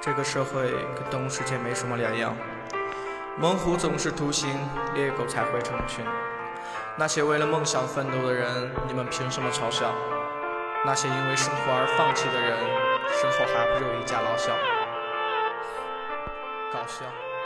这个社会跟动物世界没什么两样，猛虎总是独行，猎狗才会成群。那些为了梦想奋斗的人，你们凭什么嘲笑？那些因为生活而放弃的人，身后还不有一家老小？搞笑。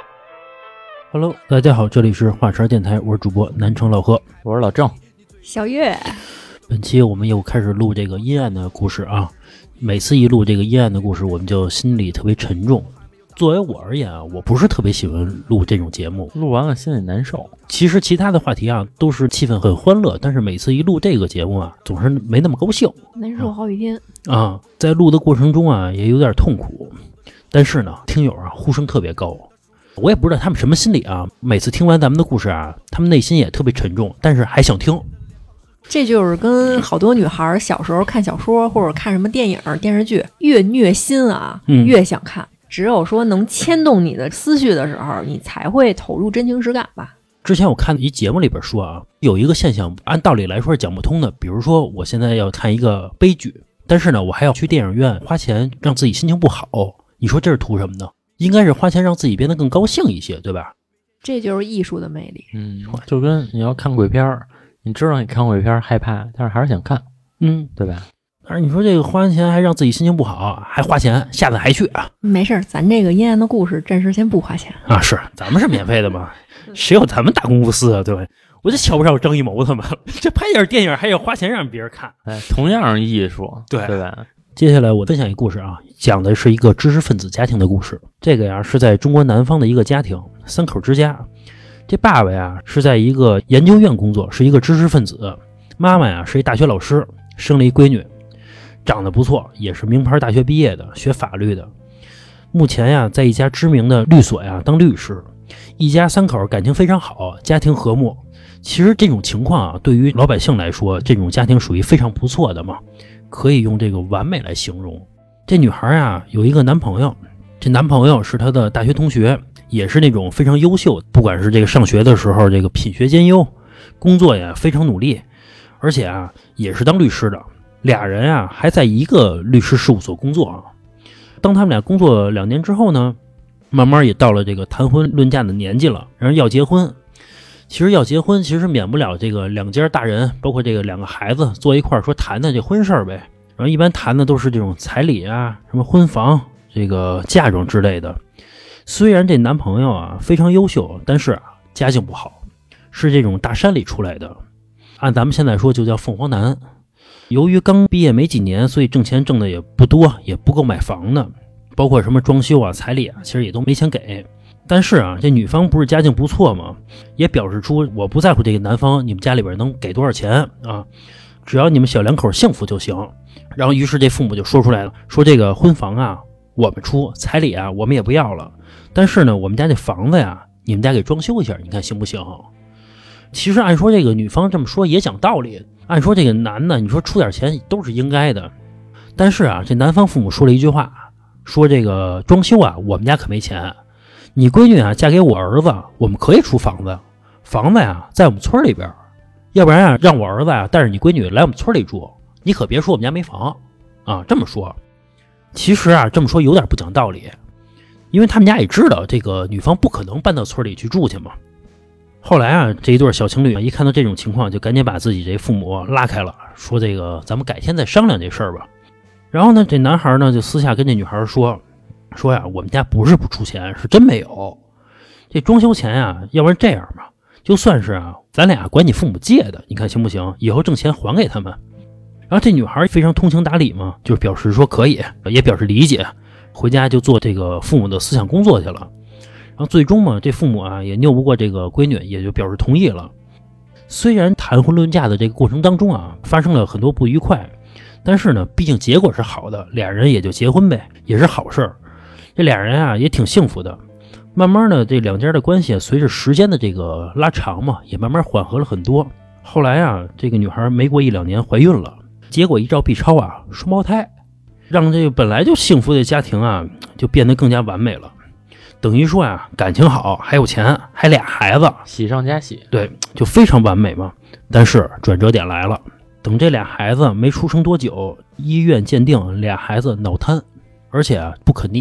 Hello， 大家好，这里是华山电台，我是主播南城老何， 我是老郑， 小月。 本期我们又开始录这个阴暗的故事啊。每次一录这个阴暗的故事，我们就心里特别沉重。作为我而言啊，我不是特别喜欢录这种节目， 录完了心里难受。 其实其他的话题啊，都是气氛很欢乐，但是每次一录这个节目啊，总是没那么高兴， 难受好几天啊。在录的过程中啊，也有点痛苦。但是呢，听友啊呼声特别高，我也不知道他们什么心理啊。每次听完咱们的故事啊，他们内心也特别沉重，但是还想听。 这就是跟好多女孩小时候看小说或者看什么电影电视剧，越虐心啊，越想看。只有说能牵动你的思绪的时候，你才会投入真情实感吧。 之前我看一节目里边说啊，有一个现象按道理来说是讲不通的。比如说我现在要看一个悲剧，但是呢我还要去电影院花钱让自己心情不好，你说这是图什么呢？应该是花钱让自己变得更高兴一些，对吧？ 这就是艺术的魅力。 就跟你要看鬼片，你知道你看鬼片害怕，但是还是想看，对吧？ 但是你说这个花钱还让自己心情不好，还花钱，下次还去啊？ 没事，咱这个阴暗的故事暂时先不花钱啊。是，咱们是免费的嘛，谁有咱们大公无私啊？对吧？我就瞧不上张艺谋他们，这拍点电影还要花钱让别人看， 同样艺术，对吧？ 接下来我分享一个故事啊，讲的是一个知识分子家庭的故事。这个呀是在中国南方的一个家庭，三口之家。这爸爸呀是在一个研究院工作，是一个知识分子。妈妈呀是一大学老师，生了一闺女，长得不错，也是名牌大学毕业的，学法律的。目前呀在一家知名的律所呀当律师。一家三口感情非常好，家庭和睦。其实这种情况啊，对于老百姓来说，这种家庭属于非常不错的嘛，可以用这个完美来形容。这女孩啊有一个男朋友，这男朋友是她的大学同学，也是那种非常优秀，不管是这个上学的时候这个品学兼优，工作也非常努力，而且啊也是当律师的。俩人啊还在一个律师事务所工作啊。当他们俩工作2年之后呢，慢慢也到了这个谈婚论嫁的年纪了，人要结婚。其实要结婚，其实免不了这个两家大人，包括这个2个孩子坐一块说谈谈这婚事儿呗。然后一般谈的都是这种彩礼啊，什么婚房、这个嫁妆之类的。虽然这男朋友啊非常优秀，但是啊家境不好，是这种大山里出来的，按咱们现在说就叫凤凰男。由于刚毕业没几年，所以挣钱挣的也不多，也不够买房的，包括什么装修啊、彩礼啊，其实也都没钱给。但是啊，这女方不是家境不错吗？也表示出我不在乎这个男方你们家里边能给多少钱啊，只要你们小两口幸福就行。然后于是这父母就说出来了，说这个婚房啊我们出，彩礼啊我们也不要了，但是呢我们家这房子呀你们家给装修一下，你看行不行？其实按说这个女方这么说也讲道理，按说这个男的你说出点钱都是应该的。但是啊这男方父母说了一句话，说这个装修啊我们家可没钱，你闺女啊嫁给我儿子，我们可以出房子，房子呀在我们村里边，要不然啊让我儿子啊带着你闺女来我们村里住，你可别说我们家没房啊。这么说其实啊这么说有点不讲道理，因为他们家也知道这个女方不可能搬到村里去住去嘛。后来啊这一对小情侣一看到这种情况，就赶紧把自己这父母拉开了，说这个咱们改天再商量这事儿吧。然后呢这男孩呢就私下跟这女孩说呀，我们家不是不出钱，是真没有。这装修钱啊，要不然这样吧，就算是啊，咱俩管你父母借的，你看行不行？以后挣钱还给他们。然后这女孩非常通情达理嘛，就表示说可以，也表示理解，回家就做这个父母的思想工作去了。然后最终嘛，这父母啊也拗不过这个闺女，也就表示同意了。虽然谈婚论嫁的这个过程当中啊，发生了很多不愉快，但是呢，毕竟结果是好的，俩人也就结婚呗，也是好事儿。这俩人啊也挺幸福的，慢慢的这两家的关系随着时间的这个拉长嘛，也慢慢缓和了很多。后来啊这个女孩没过1-2年怀孕了，结果一照 B 超啊双胞胎，让这个本来就幸福的家庭啊就变得更加完美了。等于说啊感情好，还有钱，还俩孩子， 喜上加喜， 对，就非常完美嘛。但是转折点来了，等这俩孩子没出生多久，医院鉴定俩孩子脑瘫，而且啊不可逆，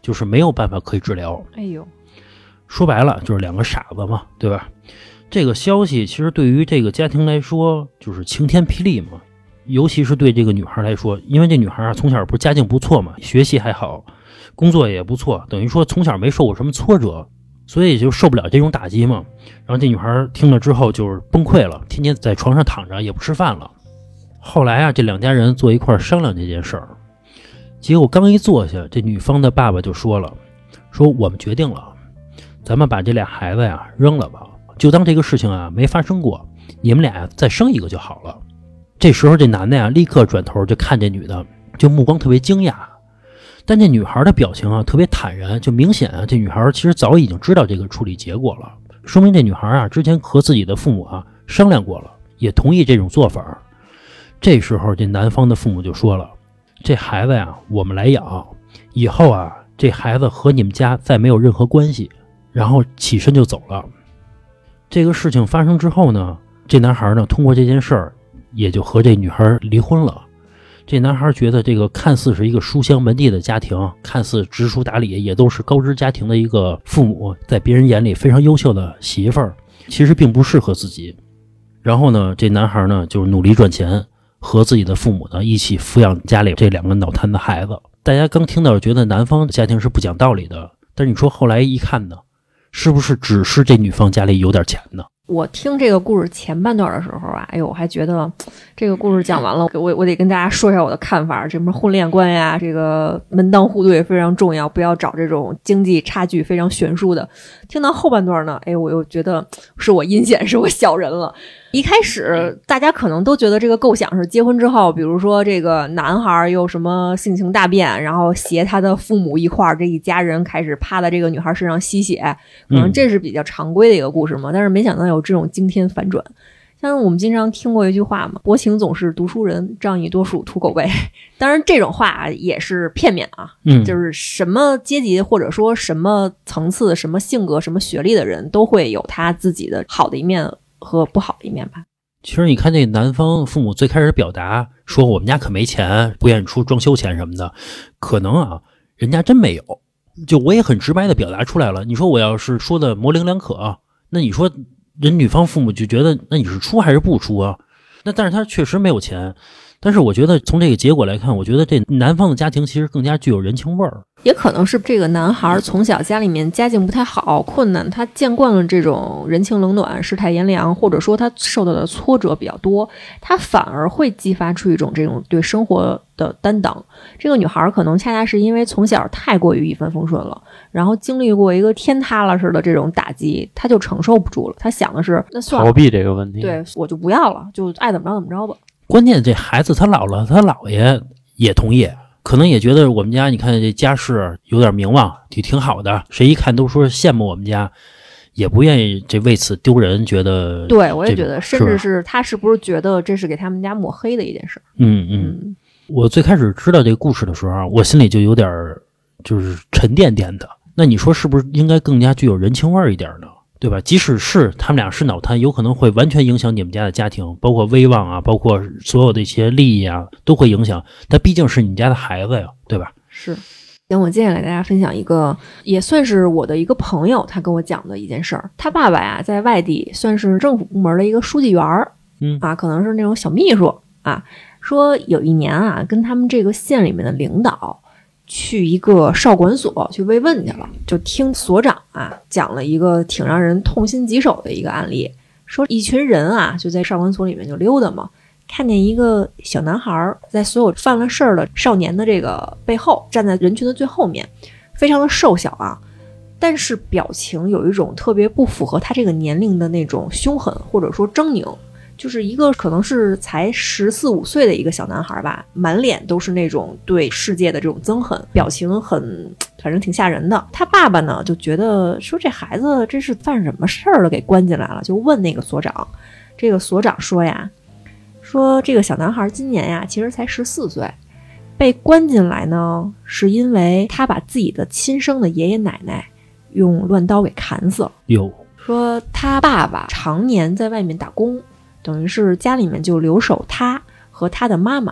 就是没有办法可以治疗。 哎呦， 说白了就是两个傻子嘛，对吧？这个消息其实对于这个家庭来说就是晴天霹雳嘛，尤其是对这个女孩来说，因为这女孩啊从小不是家境不错嘛，学习还好，工作也不错，等于说从小没受过什么挫折，所以就受不了这种打击嘛。然后这女孩听了之后就是崩溃了，天天在床上躺着也不吃饭了。后来啊，这两家人坐一块商量这件事儿，结果刚一坐下，这女方的爸爸就说了，说我们决定了，咱们把这俩孩子呀扔了吧，就当这个事情啊没发生过，你们俩再生一个就好了。这时候这男的呀立刻转头就看这女的，就目光特别惊讶，但这女孩的表情啊特别坦然，就明显啊这女孩其实早已经知道这个处理结果了，说明这女孩啊之前和自己的父母啊商量过了，也同意这种做法。这时候这男方的父母就说了，这孩子呀我们来养，以后啊这孩子和你们家再没有任何关系，然后起身就走了。这个事情发生之后呢，这男孩呢通过这件事儿也就和这女孩离婚了。这男孩觉得这个看似是一个书香门第的家庭，看似知书达理，也都是高知家庭的一个父母，在别人眼里非常优秀的媳妇儿，其实并不适合自己。然后呢，这男孩呢就是努力赚钱，和自己的父母呢一起抚养家里这两个脑瘫的孩子。大家刚听到觉得男方的家庭是不讲道理的，但是你说后来一看呢，是不是只是这女方家里有点钱呢？ 我听这个故事前半段的时候啊，哎呦，我还觉得这个故事讲完了，我得跟大家说一下我的看法。这什么婚恋观呀，这个门当户对非常重要，不要找这种经济差距非常悬殊的。听到后半段呢，哎，我又觉得是我阴险，是我小人了。一开始大家可能都觉得这个构想是结婚之后，比如说这个男孩又什么性情大变，然后携他的父母一块儿，这一家人开始趴在这个女孩身上吸血，可能这是比较常规的一个故事嘛。但是没想到有这种惊天反转。像我们经常听过一句话嘛，薄情总是读书人，仗义多数土狗辈。当然这种话也是片面啊，就是什么阶级或者说什么层次、什么性格、什么学历的人都会有他自己的好的一面和不好的一面吧。 其实你看这男方父母最开始表达说我们家可没钱，不愿意出装修钱什么的，可能啊人家真没有，就我也很直白的表达出来了。你说我要是说的模棱两可，那你说人女方父母就觉得那你是出还是不出啊？那但是他确实没有钱，但是我觉得从这个结果来看，我觉得这男方的家庭其实更加具有人情味儿。 也可能是这个男孩从小家里面家境不太好，困难，他见惯了这种人情冷暖、世态炎凉，或者说他受到的挫折比较多，他反而会激发出一种这种对生活的担当。这个女孩可能恰恰是因为从小太过于一帆风顺了，然后经历过一个天塌了似的这种打击，她就承受不住了。她想的是，那算了， 逃避这个问题， 对，我就不要了，就爱怎么着怎么着吧。 关键这孩子他老了，他姥爷也同意，可能也觉得我们家你看这家世有点名望，挺好的，谁一看都说羡慕我们家，也不愿意这为此丢人，觉得对我也觉得，甚至是他是不是觉得这是给他们家抹黑的一件事？ 我最开始知道这个故事的时候，我心里就有点就是沉甸甸的。那你说是不是应该更加具有人情味一点呢？对吧？即使是他们俩是脑瘫，有可能会完全影响你们家的家庭，包括威望啊，包括所有的一些利益啊，都会影响。但毕竟是你们家的孩子呀，对吧？ 是。行，我接下来给大家分享一个，也算是我的一个朋友，他跟我讲的一件事儿。他爸爸呀，在外地算是政府部门的一个书记员儿，可能是那种小秘书啊。说有一年啊，跟他们这个县里面的领导去一个少管所去慰问去了，就听所长啊讲了一个挺让人痛心疾首的一个案例，说一群人啊就在少管所里面就溜达嘛，看见一个小男孩在所有犯了事儿的少年的这个背后，站在人群的最后面，非常的瘦小啊，但是表情有一种特别不符合他这个年龄的那种凶狠或者说狰狞。就是一个可能是才14、15岁的一个小男孩吧，满脸都是那种对世界的这种憎恨，表情反正挺吓人的。他爸爸呢就觉得说这孩子这是犯什么事儿了给关进来了，就问那个所长。这个所长说呀，说这个小男孩今年呀其实才14岁，被关进来呢是因为他把自己的亲生的爷爷奶奶用乱刀给砍死了。说他爸爸常年在外面打工，等于是家里面就留守他和他的妈妈，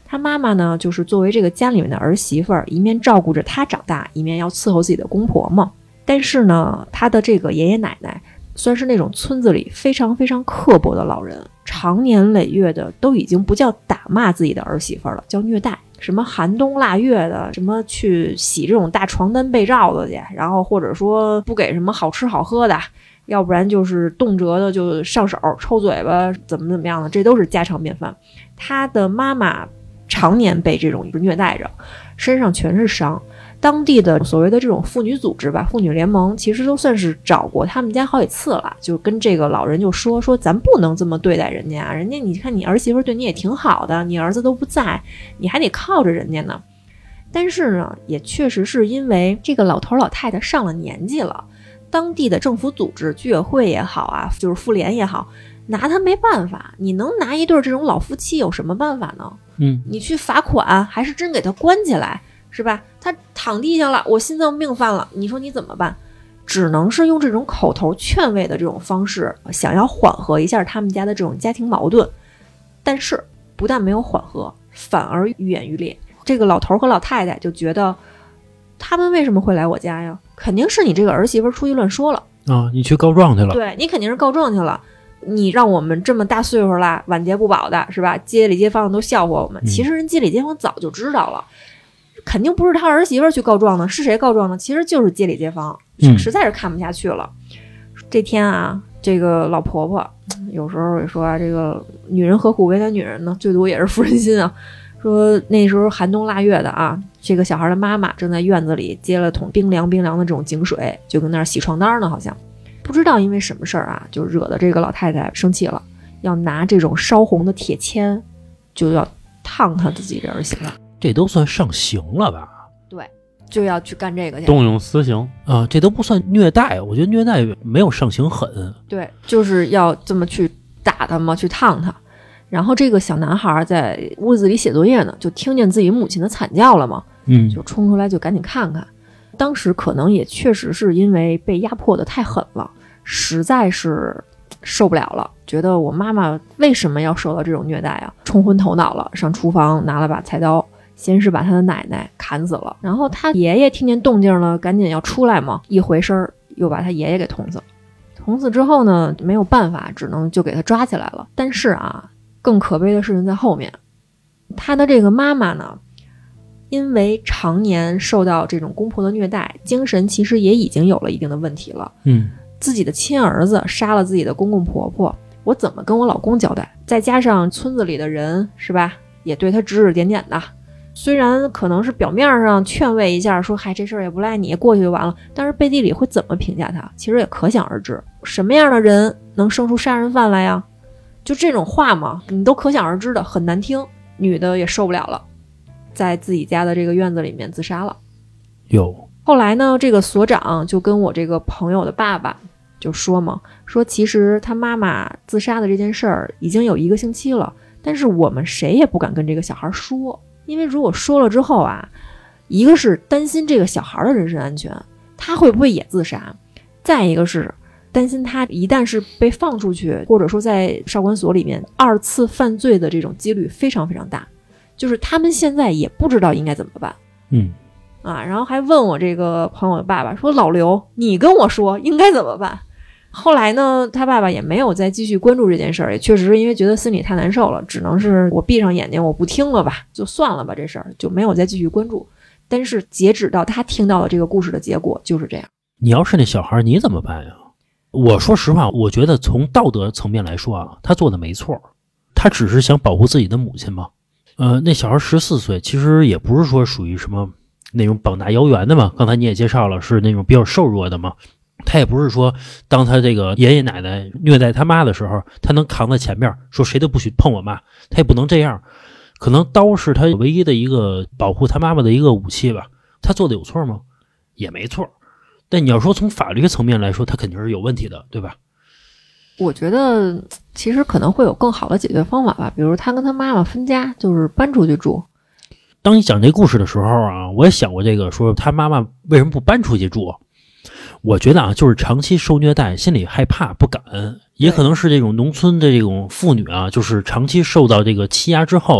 他妈妈呢，就是作为这个家里面的儿媳妇儿，一面照顾着他长大，一面要伺候自己的公婆嘛。但是呢，他的这个爷爷奶奶算是那种村子里非常非常刻薄的老人，长年累月的都已经不叫打骂自己的儿媳妇儿了，叫虐待。什么寒冬腊月的，什么去洗这种大床单被罩子去，然后或者说不给什么好吃好喝的，要不然就是动辄的就上手抽嘴巴，怎么样的，这都是家常便饭。他的妈妈常年被这种虐待着，身上全是伤。当地的所谓的这种妇女组织吧，妇女联盟其实都算是找过他们家好几次了，就跟这个老人就说咱不能这么对待人家，人家你看你儿媳妇对你也挺好的，你儿子都不在，你还得靠着人家呢。但是呢，也确实是因为这个老头老太太上了年纪了，当地的政府组织居委会也好啊，就是妇联也好，拿他没办法。你能拿一对这种老夫妻有什么办法呢？你去罚款还是真给他关起来，是吧？他躺地下了，我心脏病犯了，你说你怎么办？只能是用这种口头劝慰的这种方式，想要缓和一下他们家的这种家庭矛盾。但是不但没有缓和，反而愈演愈烈。这个老头和老太太就觉得，他们为什么会来我家呀？肯定是你这个儿媳妇出去乱说了啊！你去告状去了， 对，你肯定是告状去了。你让我们这么大岁数了，晚节不保的是吧？街里街坊都笑话我们。其实人街里街坊早就知道了，肯定不是他儿媳妇去告状呢，是谁告状呢？其实就是街里街坊，实在是看不下去了。这天啊，这个老婆婆有时候也说啊，这个女人何苦为难女人呢？最多也是妇人心啊。说那时候寒冬腊月的啊，这个小孩的妈妈正在院子里接了桶冰凉冰凉的这种井水，就跟那儿洗床单呢，好像不知道因为什么事儿啊，就惹得这个老太太生气了，要拿这种烧红的铁签，就要烫她自己的儿媳妇。 这都算上刑了吧？ 对，就要去干这个去， 动用私刑啊，这都不算虐待，我觉得虐待没有上刑狠。 对，就是要这么去打他嘛，去烫他。然后这个小男孩在屋子里写作业呢，就听见自己母亲的惨叫了嘛，就冲出来就赶紧看看。当时可能也确实是因为被压迫的太狠了，实在是受不了了，觉得我妈妈为什么要受到这种虐待啊？冲昏头脑了，上厨房拿了把菜刀，先是把他的奶奶砍死了，然后他爷爷听见动静了，赶紧要出来嘛，一回身又把他爷爷给捅死了。捅死之后呢，没有办法，只能就给他抓起来了。但是啊，更可悲的事情在后面，他的这个妈妈呢，因为常年受到这种公婆的虐待，精神其实也已经有了一定的问题了。自己的亲儿子杀了自己的公公婆婆，我怎么跟我老公交代？再加上村子里的人是吧，也对他指指点点的。虽然可能是表面上劝慰一下，说嗨，这事儿也不赖你，过去就完了，但是背地里会怎么评价他，其实也可想而知。什么样的人能生出杀人犯来呀？就这种话嘛，你都可想而知的，很难听。女的也受不了了，在自己家的这个院子里面自杀了。后来呢，这个所长就跟我这个朋友的爸爸就说嘛，说其实他妈妈自杀的这件事儿已经有1个星期了，但是我们谁也不敢跟这个小孩说，因为如果说了之后啊，一个是担心这个小孩的人身安全，他会不会也自杀，再一个是担心他一旦是被放出去，或者说在少管所里面2次犯罪的这种几率非常非常大，就是他们现在也不知道应该怎么办。然后还问我这个朋友的爸爸说，老刘，你跟我说应该怎么办？后来呢，他爸爸也没有再继续关注这件事儿，也确实是因为觉得心里太难受了，只能是我闭上眼睛，我不听了吧，就算了吧，这事儿就没有再继续关注。但是截止到他听到了这个故事的结果就是这样。 你要是那小孩，你怎么办呀？我说实话，我觉得从道德层面来说啊，他做的没错，他只是想保护自己的母亲嘛。那小孩14岁，其实也不是说属于什么那种膀大腰圆的嘛，刚才你也介绍了，是那种比较瘦弱的嘛。他也不是说当他这个爷爷奶奶虐待他妈的时候，他能扛在前面说谁都不许碰我妈，他也不能这样。可能刀是他唯一的一个保护他妈妈的一个武器吧。他做的有错吗？也没错。但你要说从法律层面来说，他肯定是有问题的，对吧？ 我觉得其实可能会有更好的解决方法吧，比如他跟他妈妈分家，就是搬出去住。 当你讲这故事的时候啊，我也想过这个，说他妈妈为什么不搬出去住？我觉得啊，就是长期受虐待，心里害怕不敢，也可能是这种农村的这种妇女啊，就是长期受到这个欺压之后，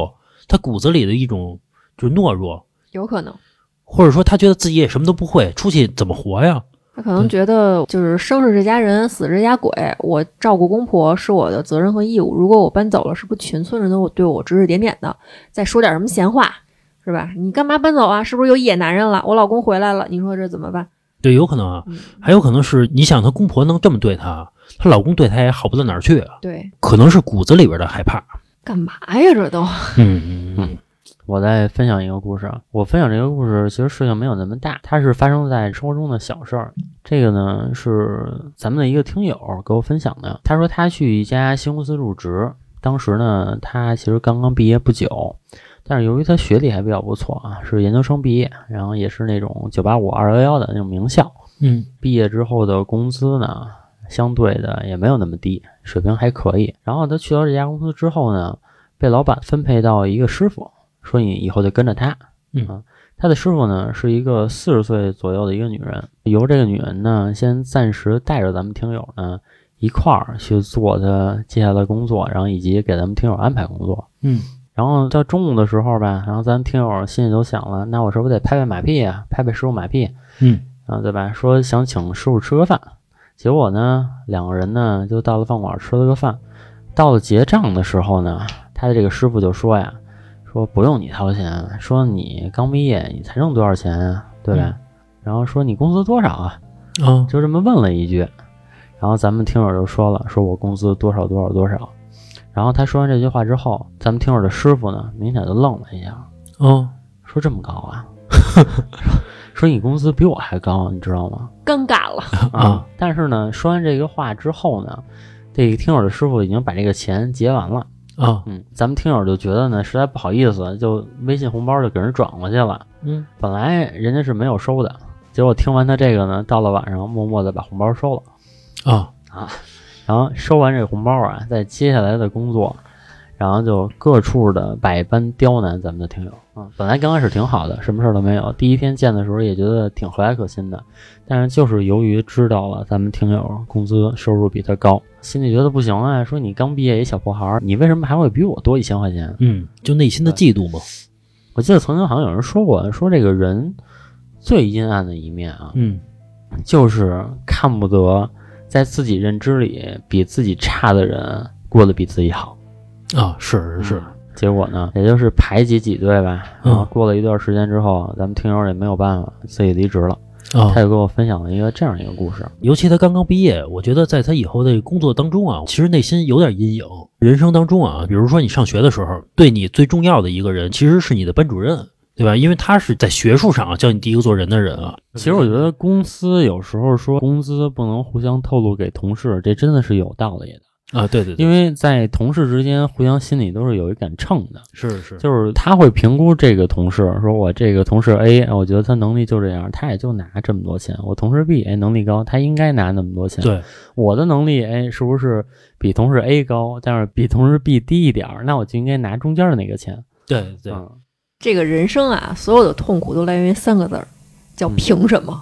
他骨子里的一种就是懦弱， 有可能， 或者说他觉得自己也什么都不会，出去怎么活呀？ 他可能觉得就是生是这家人，死是这家鬼，我照顾公婆是我的责任和义务。如果我搬走了，是不是群村人都对我指指点点的，再说点什么闲话，是吧？你干嘛搬走啊？是不是有野男人了？我老公回来了，你说这怎么办？ 对，有可能啊，还有可能是你想她公婆能这么对她，她老公对她也好不到哪儿去啊。 对， 可能是骨子里边的害怕。 干嘛呀？这都。 我再分享一个故事啊，我分享这个故事其实事情没有那么大，它是发生在生活中的小事儿。这个呢是咱们的一个听友给我分享的，他说他去一家新公司入职，当时呢他其实刚刚毕业不久，但是由于他学历还比较不错啊，是研究生毕业，然后也是那种985、211的那种名校，毕业之后的工资呢相对的也没有那么低，水平还可以。然后他去到这家公司之后呢，被老板分配到一个师傅，说你以后就跟着他。他的师傅呢是一个40岁左右的一个女人，由这个女人呢先暂时带着咱们听友呢一块儿去做他接下来的工作，然后以及给咱们听友安排工作。然后到中午的时候吧，然后咱听友心里都想了，那我是不是得拍拍马屁啊，拍拍师傅马屁，对吧？说想请师傅吃个饭。结果呢两个人呢就到了饭馆吃了个饭，到了结账的时候呢，他的这个师傅就说呀，说不用你掏钱，说你刚毕业你才挣多少钱啊，对吧？然后说你工资多少啊？就这么问了一句。然后咱们听友就说了，说我工资多少多少多少。然后他说完这句话之后，咱们听友的师傅呢明显就愣了一下，说这么高啊？说你工资比我还高，你知道吗？ 尴尬了但是呢说完这个话之后呢，这个听友的师傅已经把这个钱结完了咱们听友就觉得呢实在不好意思，就微信红包就给人转过去了。本来人家是没有收的，结果听完他这个呢，到了晚上默默的把红包收了然后收完这个红包啊，在接下来的工作，然后就各处的百般刁难咱们的听友本来刚开始挺好的，什么事都没有，第一天见的时候也觉得挺和蔼可亲的，但是就是由于知道了咱们听友工资收入比他高，心里觉得不行啊，说你刚毕业一小破孩，你为什么还会比我多1000块钱？ 就内心的嫉妒嘛。 我记得曾经好像有人说过，说这个人最阴暗的一面啊，就是看不得在自己认知里比自己差的人过得比自己好是结果呢也就是排挤兑吧，然后过了一段时间之后，咱们听友也没有办法，自己离职了他就给我分享了一个这样一个故事。 尤其他刚刚毕业，我觉得在他以后的工作当中啊，其实内心有点阴影。人生当中啊，比如说你上学的时候，对你最重要的一个人其实是你的班主任，对吧？因为他是在学术上教你第一个做人的人啊。 其实我觉得公司有时候说工资不能互相透露给同事，这真的是有道理的对， 因为在同事之间互相心里都是有一杆秤的， 是就是他会评估这个同事，说我这个同事 A 我觉得他能力就这样，他也就拿这么多钱，我同事 B 能力高，他应该拿那么多钱， 对， 我的能力是不是比同事 A 高，但是比同事 B 低一点，那我就应该拿中间的那个钱。 对这个人生啊，所有的痛苦都来源于3个字儿，叫凭什么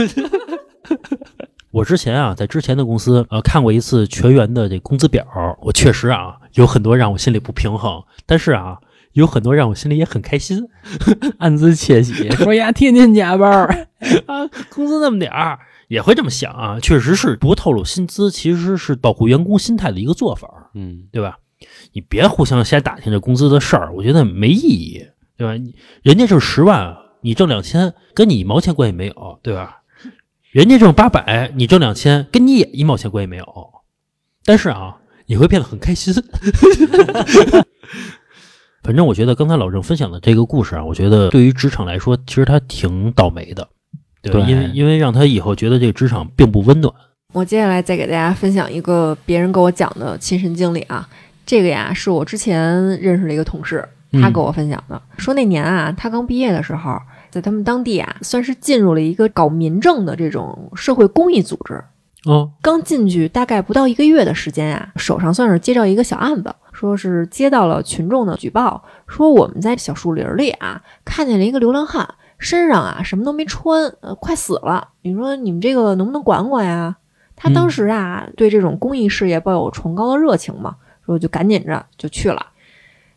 我之前啊，在之前的公司看过一次全员的这工资表，我确实啊有很多让我心里不平衡，但是啊有很多让我心里也很开心， 暗自窃喜，说呀天天加班工资那么点儿也会这么想啊，确实是不透露薪资，其实是保护员工心态的一个做法，对吧？你别互相瞎打听这工资的事儿，我觉得没意义，对吧？人家就是10万，你挣2000，跟你1毛钱关系没有，对吧？人家挣800，你挣2000，跟你也1毛钱关系没有，但是啊，你会变得很开心。反正我觉得刚才老郑分享的这个故事啊，我觉得对于职场来说，其实他挺倒霉的，对吧？因为让他以后觉得这个职场并不温暖。 我接下来再给大家分享一个别人给我讲的亲身经历啊，这个呀是我之前认识的一个同事，他给我分享的，说那年啊，他刚毕业的时候，在他们当地啊，算是进入了一个搞民政的这种社会公益组织。刚进去大概不到1个月的时间啊，手上算是接到一个小案子，说是接到了群众的举报，说我们在小树林里啊，看见了一个流浪汉，身上啊什么都没穿，快死了。你说你们这个能不能管管呀？他当时啊，对这种公益事业抱有崇高的热情嘛，说就赶紧着就去了。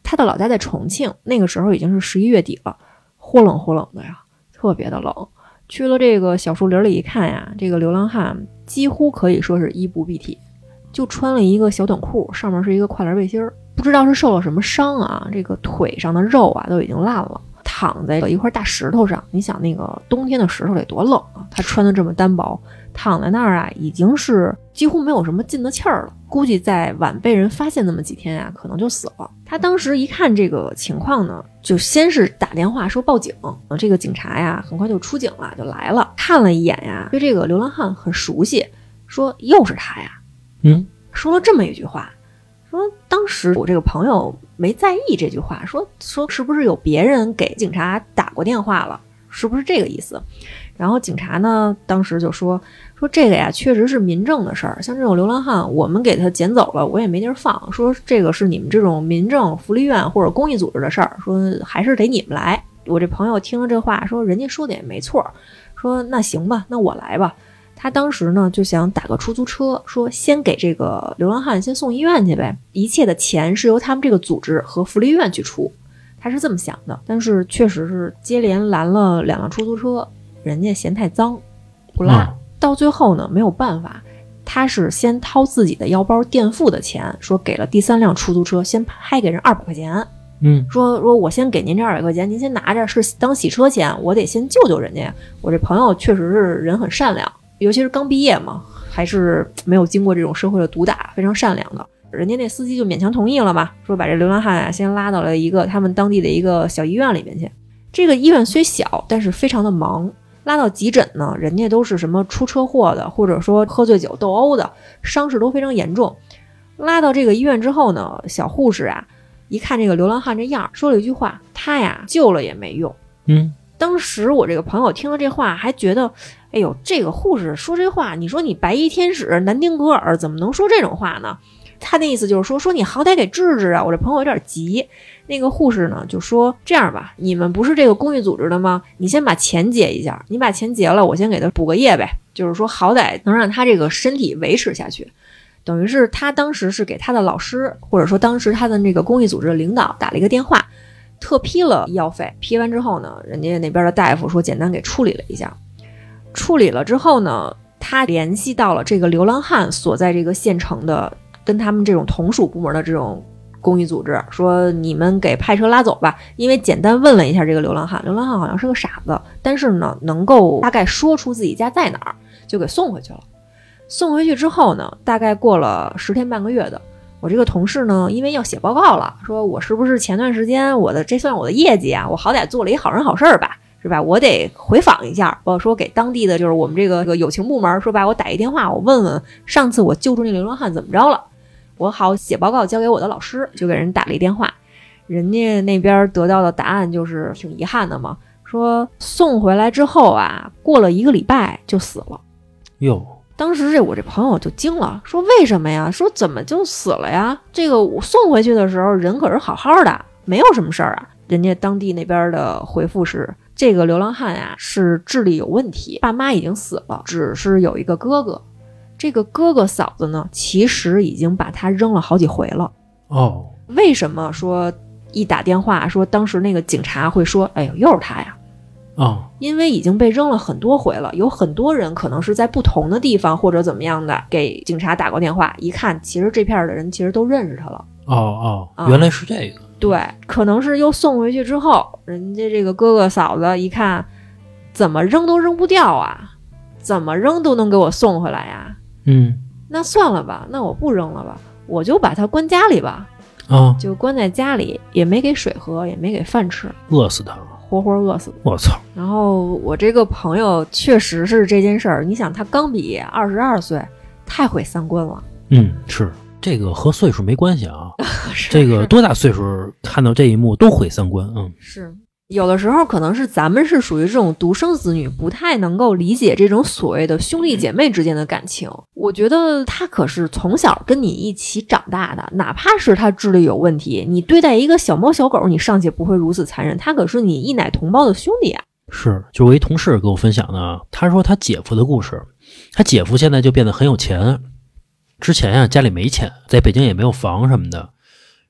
他的老家在重庆，那个时候已经是11月底了，忽冷忽冷的呀，特别的冷。去了这个小树林里一看呀，这个流浪汉几乎可以说是衣不蔽体，就穿了一个小短裤，上面是一个跨栏背心儿，不知道是受了什么伤啊，这个腿上的肉啊都已经烂了，躺在一块大石头上。你想那个冬天的石头得多冷啊，他穿的这么单薄，躺在那儿啊，已经是几乎没有什么进的气儿了，估计再晚被人发现那么几天啊，可能就死了。他当时一看这个情况呢，就先是打电话说报警，这个警察呀很快就出警了，就来了，看了一眼呀，对这个流浪汉很熟悉，说又是他呀，说了这么一句话，说当时我这个朋友没在意这句话，说是不是有别人给警察打过电话了，是不是这个意思？然后警察呢当时就说这个呀确实是民政的事儿，像这种流浪汉我们给他捡走了，我也没地儿放，说这个是你们这种民政福利院或者公益组织的事儿，说还是得你们来。我这朋友听了这话，说人家说的也没错，说那行吧，那我来吧。他当时呢就想打个出租车，说先给这个流浪汉先送医院去呗，一切的钱是由他们这个组织和福利院去出，他是这么想的。但是确实是接连拦了2辆出租车，人家嫌太脏不拉，到最后呢没有办法，他是先掏自己的腰包垫付的钱，说给了第3辆出租车，先拍给人200块钱，说我先给您这200块钱，您先拿着，是当洗车钱，我得先救救人家。我这朋友确实是人很善良，尤其是刚毕业嘛，还是没有经过这种社会的毒打，非常善良的。人家那司机就勉强同意了嘛，说把这流浪汉啊先拉到了一个他们当地的一个小医院里面去。这个医院虽小，但是非常的忙，拉到急诊呢，人家都是什么出车祸的，或者说喝醉酒斗殴的，伤势都非常严重。拉到这个医院之后呢，小护士啊一看这个流浪汉这样，说了一句话，他呀救了也没用。当时我这个朋友听了这话还觉得，哎呦，这个护士说这话，你说你白衣天使南丁格尔怎么能说这种话呢？他那意思就是说你好歹给治治啊。我这朋友有点急，那个护士呢就说，这样吧，你们不是这个公益组织的吗？你先把钱结一下，你把钱结了，我先给他补个业呗，就是说好歹能让他这个身体维持下去。等于是他当时是给他的老师，或者说当时他的那个公益组织的领导打了一个电话，特批了医药费。批完之后呢，人家那边的大夫说简单给处理了一下，处理了之后呢，他联系到了这个流浪汉所在这个县城的跟他们这种同属部门的这种公益组织，说你们给派车拉走吧。因为简单问了一下这个流浪汉，流浪汉好像是个傻子，但是呢能够大概说出自己家在哪儿，就给送回去了。送回去之后呢，大概过了10天半个月的，我这个同事呢因为要写报告了，说我是不是前段时间这算我的业绩啊，我好歹做了一好人好事吧，是吧？我得回访一下，我说给当地的就是我们这个友情部门，说把我打一电话，我问问上次我救助那流浪汉怎么着了，我好写报告交给我的老师。就给人打了一电话，人家那边得到的答案就是挺遗憾的嘛，说送回来之后啊，过了1个礼拜就死了。 哟， 当时我这朋友就惊了，说为什么呀？说怎么就死了呀？这个我送回去的时候人可是好好的，没有什么事儿啊。人家当地那边的回复是，这个流浪汉啊是智力有问题，爸妈已经死了，只是有一个哥哥，这个哥哥嫂子呢其实已经把他扔了好几回了。为什么说一打电话说当时那个警察会说，哎呦又是他呀？因为已经被扔了很多回了，有很多人可能是在不同的地方或者怎么样的给警察打过电话，一看其实这片的人其实都认识他了。 原来是这个。 对，可能是又送回去之后，人家这个哥哥嫂子一看怎么扔都扔不掉啊，怎么扔都能给我送回来呀。那算了吧，那我不扔了吧，我就把他关家里吧。就关在家里，也没给水喝，也没给饭吃， 饿死他了， 活活饿死的。 我操！ 然后我这个朋友确实是这件事儿，你想他刚毕业，22岁，太毁三观了。 是这个和岁数没关系啊，这个多大岁数看到这一幕都毁三观。 是有的时候可能是咱们是属于这种独生子女，不太能够理解这种所谓的兄弟姐妹之间的感情。我觉得他可是从小跟你一起长大的，哪怕是他智力有问题，你对待一个小猫小狗，你尚且不会如此残忍，他可是你一奶同胞的兄弟啊。 是，就我一同事给我分享的，他说他姐夫的故事。他姐夫现在就变得很有钱，之前家里没钱，在北京也没有房什么的，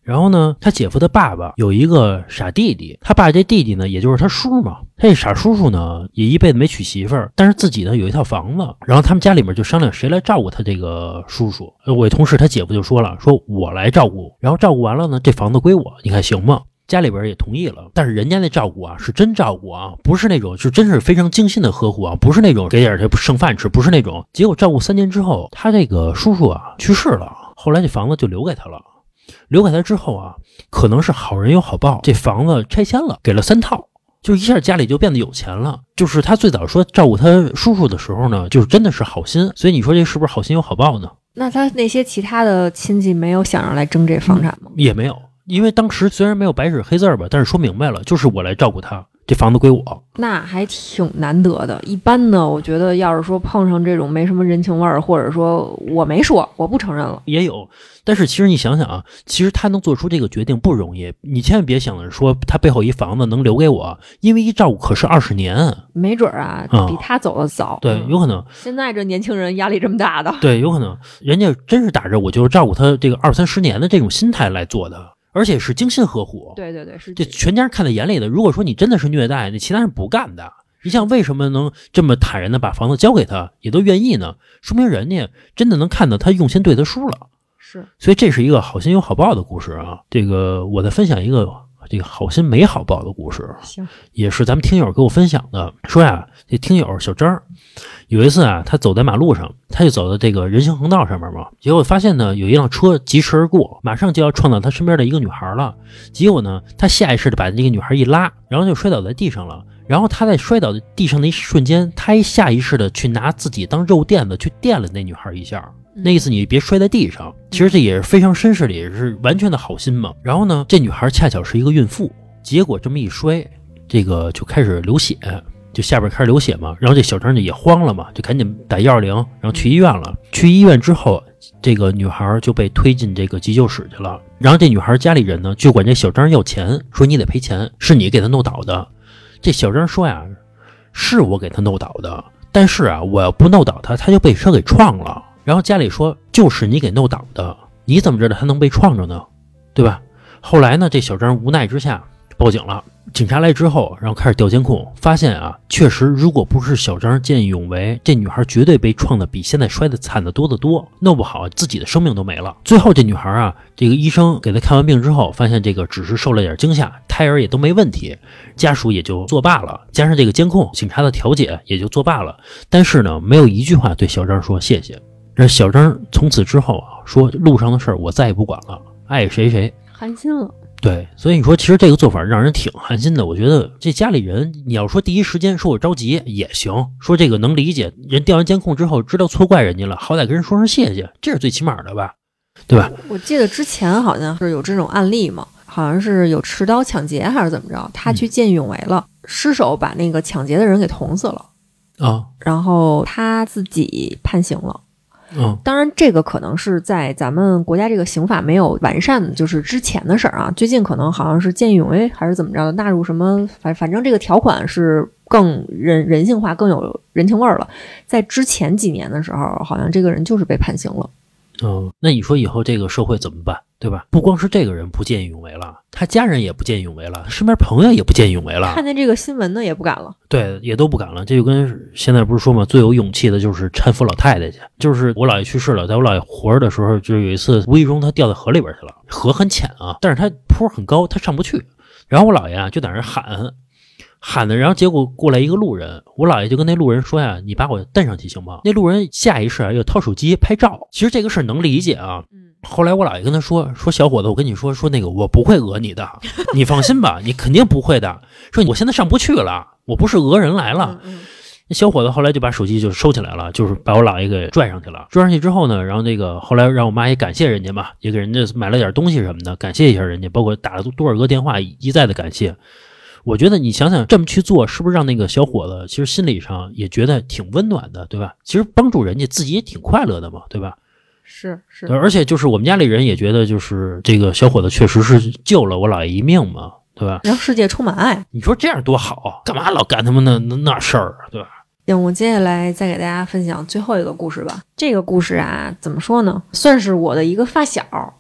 然后呢，他姐夫的爸爸有一个傻弟弟，他爸这弟弟呢，也就是他叔嘛。他这傻叔叔呢，也一辈子没娶媳妇儿，但是自己呢有一套房子。然后他们家里面就商量谁来照顾他这个叔叔。我同事他姐夫就说了，说我来照顾，然后照顾完了呢，这房子归我，你看行吗？家里边也同意了，但是人家那照顾啊是真照顾啊，不是那种就真是非常精心的呵护啊，不是那种给点这剩饭吃，不是那种。结果照顾3年之后，他这个叔叔啊去世了，后来这房子就留给他了。留给他之后啊，可能是好人有好报，这房子拆迁了，给了3套，就一下家里就变得有钱了。就是他最早说照顾他叔叔的时候呢，就是真的是好心，所以你说这是不是好心有好报呢？ 那他那些其他的亲戚没有想着来争这房产吗？ 也没有，因为当时虽然没有白纸黑字吧，但是说明白了，就是我来照顾他，这房子归我。 那还挺难得的。一般呢，我觉得要是说碰上这种没什么人情味儿，或者说我没说，我不承认了， 也有。但是其实你想想啊，其实他能做出这个决定不容易。你千万别想着说他背后一房子能留给我，因为一照顾可是20年， 没准啊，比他走得早。 对，有可能。 现在这年轻人压力这么大的， 对，有可能人家真是打着我就是照顾他这个20、30年的这种心态来做的，而且是精心呵护。 对对对，是这全家人看在眼里的。如果说你真的是虐待，那其他人不干的。你像为什么能这么坦然的把房子交给他，也都愿意呢？说明人家真的能看到他用心对他叔了。 是， 所以这是一个好心有好报的故事啊。这个我再分享一个这个好心没好报的故事， 行， 也是咱们听友给我分享的。说呀，这听友小张有一次啊，他走在马路上，他就走到这个人行横道上面嘛，结果发现呢有一辆车疾驰而过，马上就要撞到他身边的一个女孩了。结果呢，他下意识的把这个女孩一拉，然后就摔倒在地上了。然后他在摔倒地上的一瞬间，他一下意识的去拿自己当肉垫子去垫了那女孩一下。那意思你别摔在地上，其实这也是非常绅士的，也是完全的好心嘛。然后呢，这女孩恰巧是一个孕妇，结果这么一摔，这个就开始流血，就下边开始流血嘛。然后这小张就也慌了嘛，就赶紧打120，然后去医院了。去医院之后，这个女孩就被推进这个急救室去了。然后这女孩家里人呢就管这小张要钱，说你得赔钱，是你给他弄倒的。这小张说呀，是我给他弄倒的，但是啊，我要不弄倒他，他就被车给撞了。然后家里说就是你给弄倒的，你怎么知道他能被撞着呢？对吧？后来呢，这小张无奈之下报警了。警察来之后，然后开始调监控，发现啊，确实如果不是小张见义勇为，这女孩绝对被撞的比现在摔的惨的多得多，弄不好自己的生命都没了。最后这女孩啊，这个医生给她看完病之后，发现这个只是受了点惊吓，胎儿也都没问题，家属也就作罢了，加上这个监控，警察的调解也就作罢了。但是呢，没有一句话对小张说谢谢。让小张从此之后啊，说路上的事儿我再也不管了，爱谁谁。 寒心了。 对，所以你说其实这个做法让人挺寒心的。我觉得这家里人，你要说第一时间说我着急也行，说这个能理解，人调完监控之后知道错怪人家了，好歹跟人说声谢谢，这是最起码的吧，对吧？ 我记得之前好像是有这种案例嘛，好像是有持刀抢劫还是怎么着，他去见义勇为了，失手把那个抢劫的人给捅死了啊， 然后他自己判刑了。当然这个可能是在咱们国家这个刑法没有完善就是之前的事儿啊，最近可能好像是见义勇为还是怎么着的，纳入什么反正这个条款是更人性化更有人情味儿了。在之前几年的时候，好像这个人就是被判刑了。 那你说以后这个社会怎么办，对吧？不光是这个人不见义勇为了，他家人也不见义勇为了，身边朋友也不见义勇为了， 看见这个新闻呢也不敢了。 对，也都不敢了。这就跟现在不是说嘛，最有勇气的就是搀扶老太太去。就是我姥爷去世了，在我姥爷活着的时候，就有一次无意中他掉到河里边去了，河很浅啊，但是他坡很高，他上不去。然后我姥爷啊就在那喊的，然后结果过来一个路人，我姥爷就跟那路人说呀，你把我蹬上去行吗？那路人下意识啊又掏手机拍照。其实这个事儿能理解啊。后来我姥爷跟他说小伙子，我跟你说那个我不会讹你的，你放心吧，你肯定不会的。说我现在上不去了，我不是讹人来了。那小伙子后来就把手机就收起来了，就是把我姥爷给拽上去了。拽上去之后呢，然后那个后来让我妈也感谢人家嘛，也给人家买了点东西什么的，感谢一下人家，包括打了多少个电话，一再的感谢。我觉得你想想这么去做，是不是让那个小伙子其实心理上也觉得挺温暖的，对吧？其实帮助人家自己也挺快乐的嘛，对吧？ 是， 而且就是我们家里人也觉得，就是这个小伙子确实是救了我姥爷一命嘛，对吧？ 让世界充满爱， 你说这样多好，干嘛老干他们那事儿，对吧？ 行，我接下来再给大家分享最后一个故事吧。这个故事啊，怎么说呢？算是我的一个发小，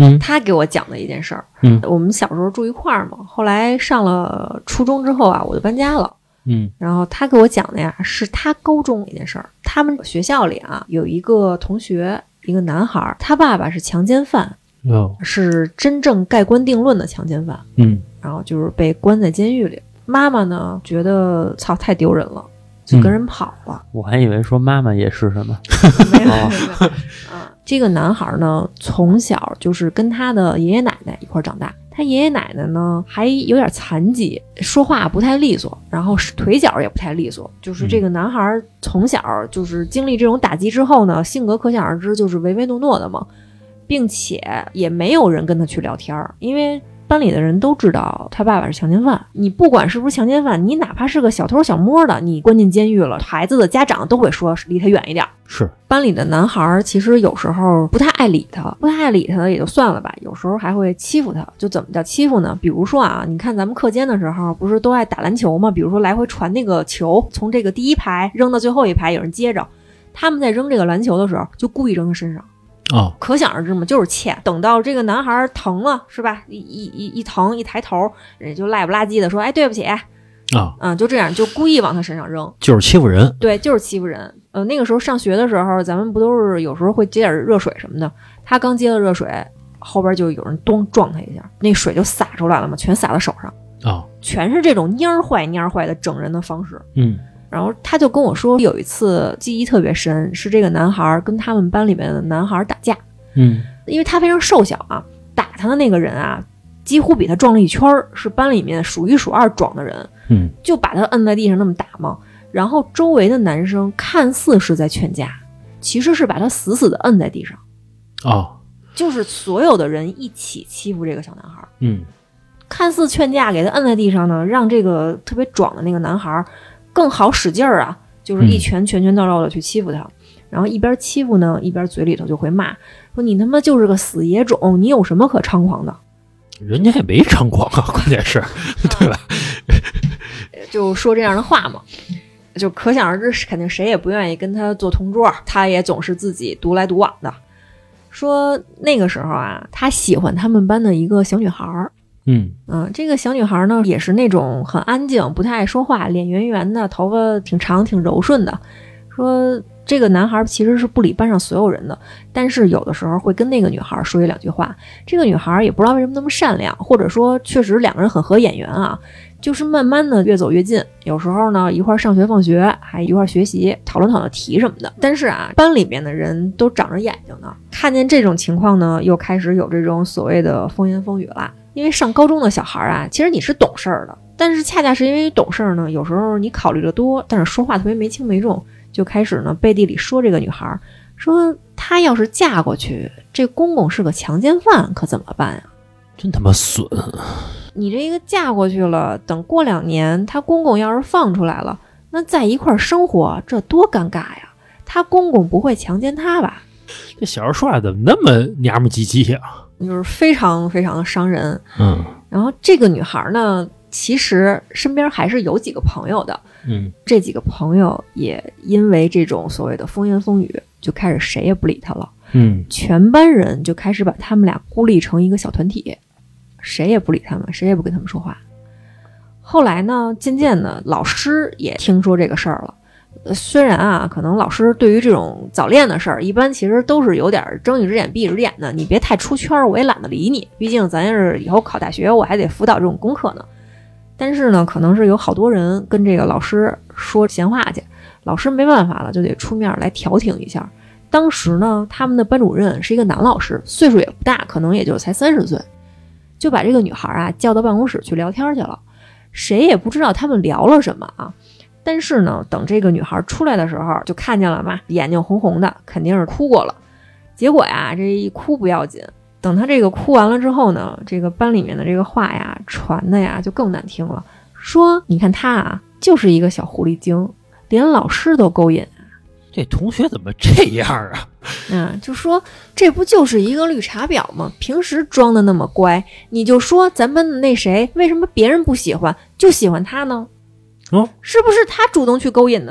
他给我讲的一件事儿。我们小时候住一块儿嘛，后来上了初中之后啊，我就搬家了。然后他给我讲的呀，是他高中一件事儿。他们学校里啊，有一个同学，一个男孩，他爸爸是强奸犯，是真正盖棺定论的强奸犯。然后就是被关在监狱里。妈妈呢，觉得操太丢人了，就跟人跑了。 我还以为说妈妈也是什么。 没有。这个男孩呢，从小就是跟他的爷爷奶奶一块长大。他爷爷奶奶呢还有点残疾，说话不太利索，然后腿脚也不太利索。就是这个男孩从小就是经历这种打击之后呢，性格可想而知，就是唯唯诺诺的嘛，并且也没有人跟他去聊天，因为班里的人都知道他爸爸是强奸犯。你不管是不是强奸犯，你哪怕是个小偷小摸的，你关进监狱了，孩子的家长都会说离他远一点。 是班里的男孩其实有时候不太爱理他也就算了吧，有时候还会欺负他。就怎么叫欺负呢？比如说啊，你看咱们课间的时候不是都爱打篮球吗？比如说来回传那个球，从这个第一排扔到最后一排，有人接着，他们在扔这个篮球的时候就故意扔他身上。可想而知嘛，就是欠。等到这个男孩疼了，是吧？一疼一抬头，人家就赖不拉几的说：“哎，对不起。”就这样，就故意往他身上扔， 就是欺负人。 对，就是欺负人。那个时候上学的时候，咱们不都是有时候会接点热水什么的？他刚接了热水，后边就有人咚撞他一下，那水就洒出来了嘛，全洒到手上。全是这种蔫坏的整人的方式。然后他就跟我说，有一次记忆特别深，是这个男孩跟他们班里面的男孩打架。因为他非常瘦小啊，打他的那个人啊，几乎比他壮了一圈，是班里面数一数二壮的人。就把他摁在地上那么打嘛。然后周围的男生看似是在劝架，其实是把他死死的摁在地上。就是所有的人一起欺负这个小男孩。看似劝架，给他摁在地上呢，让这个特别壮的那个男孩更好使劲儿啊，就是一拳拳到肉的去欺负他。然后一边欺负呢，一边嘴里头就会骂，说你他妈就是个死野种，你有什么可猖狂的？ 人家也没猖狂啊，关键是对吧？ 就说这样的话嘛，就可想而知，肯定谁也不愿意跟他做同桌，他也总是自己独来独往的。说那个时候啊，他喜欢他们班的一个小女孩。这个小女孩呢，也是那种很安静，不太爱说话，脸圆圆的，头发挺长挺柔顺的。说这个男孩其实是不理班上所有人的，但是有的时候会跟那个女孩说一两句话。这个女孩也不知道为什么那么善良，或者说确实两个人很合眼缘啊，就是慢慢的越走越近。有时候呢一块上学放学，还一块学习，讨论题什么的。但是啊，班里面的人都长着眼睛呢，看见这种情况呢，又开始有这种所谓的风言风语啦。因为上高中的小孩啊，其实你是懂事儿的，但是恰恰是因为懂事儿呢，有时候你考虑的多，但是说话特别没轻没重，就开始呢背地里说这个女孩，说她要是嫁过去，这公公是个强奸犯，可怎么办啊？ 真他妈损！ 你这个嫁过去了，等过2年，她公公要是放出来了，那在一块儿生活，这多尴尬呀！她公公不会强奸她吧？ 这小时候说话怎么那么娘们唧唧呀？ 就是非常非常的伤人。然后这个女孩呢，其实身边还是有几个朋友的。这几个朋友也因为这种所谓的风言风语，就开始谁也不理她了。全班人就开始把他们俩孤立成一个小团体，谁也不理他们，谁也不跟他们说话。后来呢，渐渐的老师也听说这个事儿了。虽然啊，可能老师对于这种早恋的事儿，一般其实都是有点睁一只眼闭一只眼的，你别太出圈，我也懒得理你。毕竟咱是以后考大学，我还得辅导这种功课呢。但是呢，可能是有好多人跟这个老师说闲话去，老师没办法了，就得出面来调停一下。当时呢，他们的班主任是一个男老师，岁数也不大，可能也就才30岁，就把这个女孩啊叫到办公室去聊天去了。谁也不知道他们聊了什么啊。但是呢，等这个女孩出来的时候，就看见了嘛，眼睛红红的，肯定是哭过了。结果呀，这一哭不要紧，等她这个哭完了之后呢，这个班里面的这个话呀，传的呀就更难听了。说你看她啊，就是一个小狐狸精，连老师都勾引。 这同学怎么这样啊？ 就说这不就是一个绿茶婊吗？平时装的那么乖，你就说咱班的那谁，为什么别人不喜欢，就喜欢他呢？是不是他主动去勾引的呢？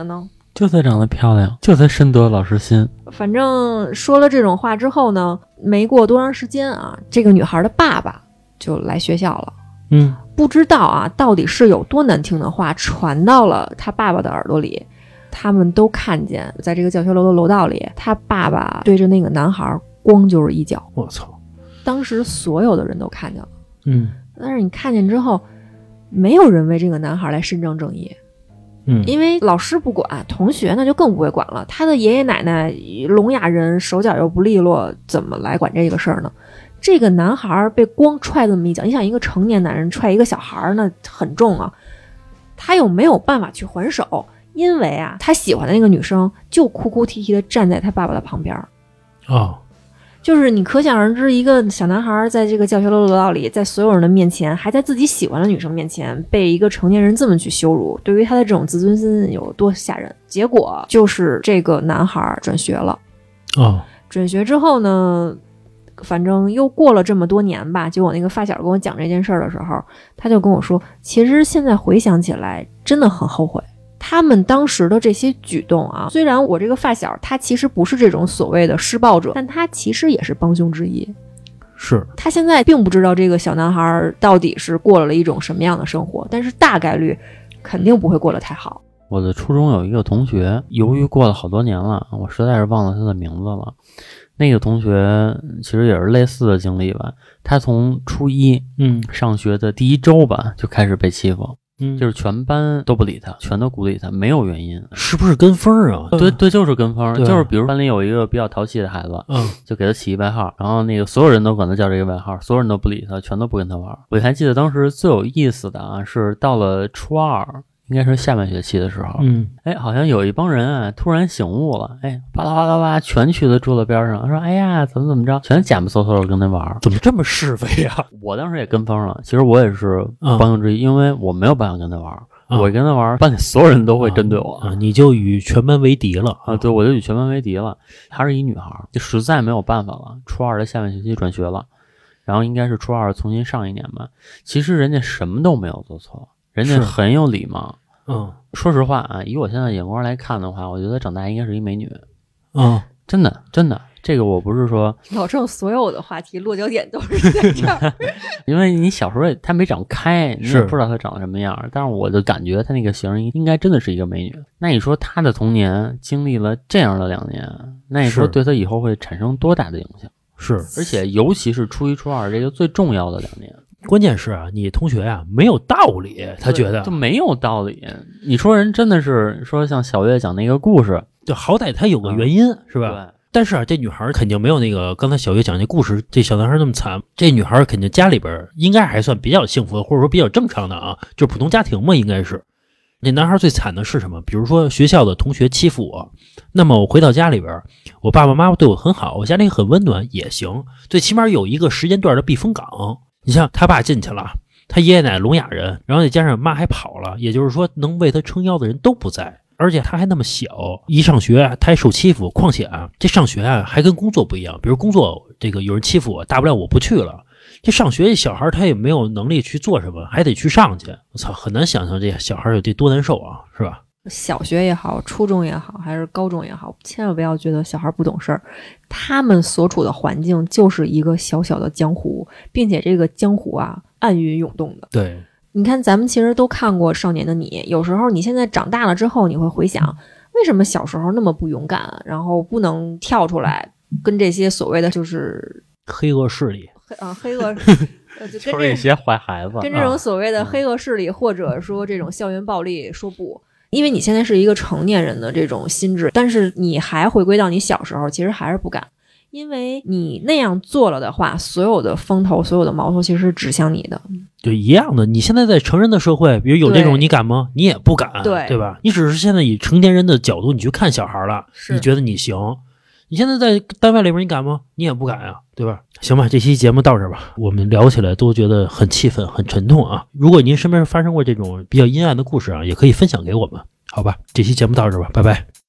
就算长得漂亮，就算深得老师心。 反正说了这种话之后呢，没过多长时间啊，这个女孩的爸爸就来学校了。不知道啊，到底是有多难听的话传到了他爸爸的耳朵里。他们都看见，在这个教学楼的楼道里，他爸爸对着那个男孩咣就是一脚。 我操！ 当时所有的人都看见了。但是你看见之后，没有人为这个男孩来伸张正义。因为老师不管，同学那就更不会管了。他的爷爷奶奶聋哑人，手脚又不利落，怎么来管这个事儿呢？这个男孩被光踹这么一脚，你想一个成年男人踹一个小孩，那很重啊。他又没有办法去还手，因为啊，他喜欢的那个女生就哭哭啼啼的站在他爸爸的旁边。就是你可想而知，一个小男孩在这个教学楼楼道里，在所有人的面前，还在自己喜欢的女生面前，被一个成年人这么去羞辱，对于他的这种自尊心有多吓人。结果就是这个男孩转学了。转学之后呢，反正又过了这么多年吧，就我那个发小跟我讲这件事儿的时候，他就跟我说，其实现在回想起来真的很后悔。他们当时的这些举动啊，虽然我这个发小他其实不是这种所谓的施暴者，但他其实也是帮凶之一。 是他现在并不知道这个小男孩到底是过了一种什么样的生活，但是大概率肯定不会过得太好。 我的初中有一个同学，由于过了好多年了，我实在是忘了他的名字了。那个同学其实也是类似的经历吧，他从初一上学的第1周吧就开始被欺负。就是全班都不理他，全都孤立他，没有原因。 是不是跟风啊？ 对，就是跟风。就是比如班里有一个比较淘气的孩子，就给他起一外号，然后那个所有人都管他叫这个外号，所有人都不理他，全都不跟他玩。我还记得当时最有意思的啊，是到了初2，应该是下半学期的时候，好像有一帮人啊突然醒悟了，啪啦啪啦啪，全去他桌子边上，说哎呀怎么着，全假模搜搜的跟他玩。 怎么这么是非啊？ 我当时也跟风了，其实我也是帮凶之一，因为我没有办法跟他玩，我跟他玩，班里所有人都会针对我， 你就与全班为敌了啊！对，我就与全班为敌了。她是一女孩，就实在没有办法了，初2的下半学期转学了，然后应该是初2重新上一年吧。其实人家什么都没有做错，人家很有礼貌。说实话啊，以我现在的眼光来看的话，我觉得长大应该是一美女。真的，这个我不是说老郑所有的话题落脚点都是在这儿， 因为你小时候她没长开，你也不知道她长得什么样，但是我就感觉她那个型应该真的是一个美女。那你说她的童年经历了这样的2年，那你说对她以后会产生多大的影响？ 是， 而且尤其是初1、初2这个最重要的2年。 关键是啊，你同学啊没有道理，他觉得就没有道理。你说人真的是说像小月讲那个故事， 就好歹他有个原因，是吧？ 对。 但是啊，这女孩肯定没有那个刚才小月讲那故事这小男孩那么惨。这女孩肯定家里边应该还算比较幸福的，或者说比较正常的啊，就普通家庭嘛，应该是。那男孩最惨的是什么？比如说学校的同学欺负我，那么我回到家里边，我爸爸妈妈对我很好，我家里很温暖也行，最起码有一个时间段的避风港。你像他爸进去了，他爷爷奶奶聋哑人，然后再加上妈还跑了，也就是说能为他撑腰的人都不在，而且他还那么小，一上学他还受欺负。况且啊，这上学啊还跟工作不一样，比如工作这个有人欺负我，大不了我不去了。这上学小孩他也没有能力去做什么，还得去上去。我操，很难想象这小孩有这多难受啊，是吧？ 小学也好，初中也好，还是高中也好，千万不要觉得小孩不懂事儿。他们所处的环境就是一个小小的江湖，并且这个江湖啊暗云涌动的。 对， 你看咱们其实都看过《少年的你》，有时候你现在长大了之后，你会回想为什么小时候那么不勇敢，然后不能跳出来跟这些所谓的就是黑恶势力黑恶就跟这些坏孩子， 跟这种所谓的黑恶势力，或者说这种校园暴力说不。因为你现在是一个成年人的这种心智，但是你还回归到你小时候，其实还是不敢。因为你那样做了的话，所有的风头，所有的矛头其实是指向你的。 对，一样的。你现在在成人的社会，比如有这种，你敢吗？你也不敢，对吧？你只是现在以成年人的角度，你去看小孩了，你觉得你行。你现在在单位里边，你敢吗？你也不敢啊，对吧？行吧，这期节目到这儿吧。我们聊起来都觉得很气愤，很沉痛啊。如果您身边发生过这种比较阴暗的故事啊，也可以分享给我们，好吧？这期节目到这儿吧，拜拜。